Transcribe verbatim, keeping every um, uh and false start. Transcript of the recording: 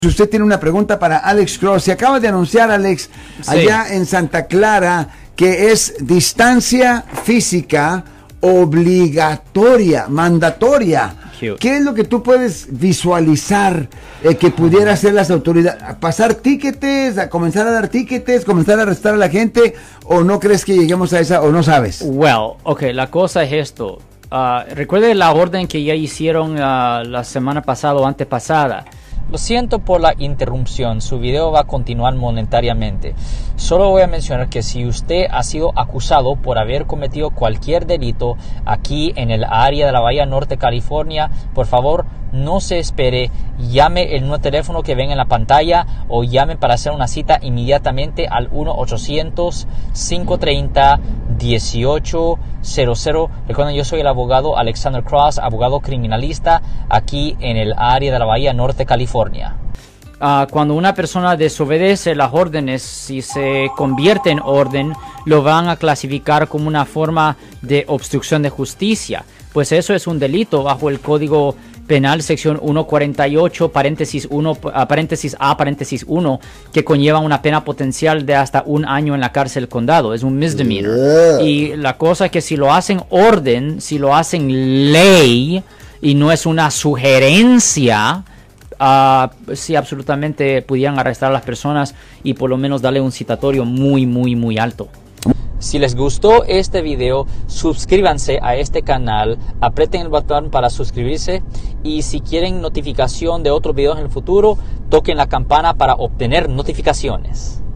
Usted tiene una pregunta para Alex Cross. Se acaba de anunciar, Alex, sí. allá en Santa Clara, que es distancia física obligatoria, mandatoria. Cute. ¿Qué es lo que tú puedes visualizar eh, que pudiera hacer las autoridades? ¿Pasar tiquetes, a comenzar a dar tiquetes, comenzar a arrestar a la gente? ¿O no crees que lleguemos a esa, o no sabes? Well, ok, la cosa es esto. Uh, recuerde la orden que ya hicieron uh, la semana pasada o antepasada. Lo siento por la interrupción, su video va a continuar momentáneamente. Solo voy a mencionar que si usted ha sido acusado por haber cometido cualquier delito aquí en el área de la Bahía Norte, California, por favor no se espere, llame el nuevo teléfono que ven en la pantalla o llame para hacer una cita inmediatamente al uno ochocientos, cinco treinta, dieciocho cero cero. Recuerden, yo soy el abogado Alexander Cross, abogado criminalista aquí en el área de la Bahía Norte, California. Uh, cuando una persona desobedece las órdenes, si se convierte en orden, lo van a clasificar como una forma de obstrucción de justicia. Pues eso es un delito bajo el Código Penal, sección ciento cuarenta y ocho, paréntesis uno, paréntesis A, paréntesis uno, que conlleva una pena potencial de hasta un año en la cárcel condado. Es un misdemeanor. Yeah. Y la cosa es que si lo hacen orden, si lo hacen ley, y no es una sugerencia, Uh, sí, absolutamente pudieran arrestar a las personas y por lo menos darle un citatorio muy, muy, muy alto. Si les gustó este video, suscríbanse a este canal, aprieten el botón para suscribirse y si quieren notificación de otros videos en el futuro, toquen la campana para obtener notificaciones.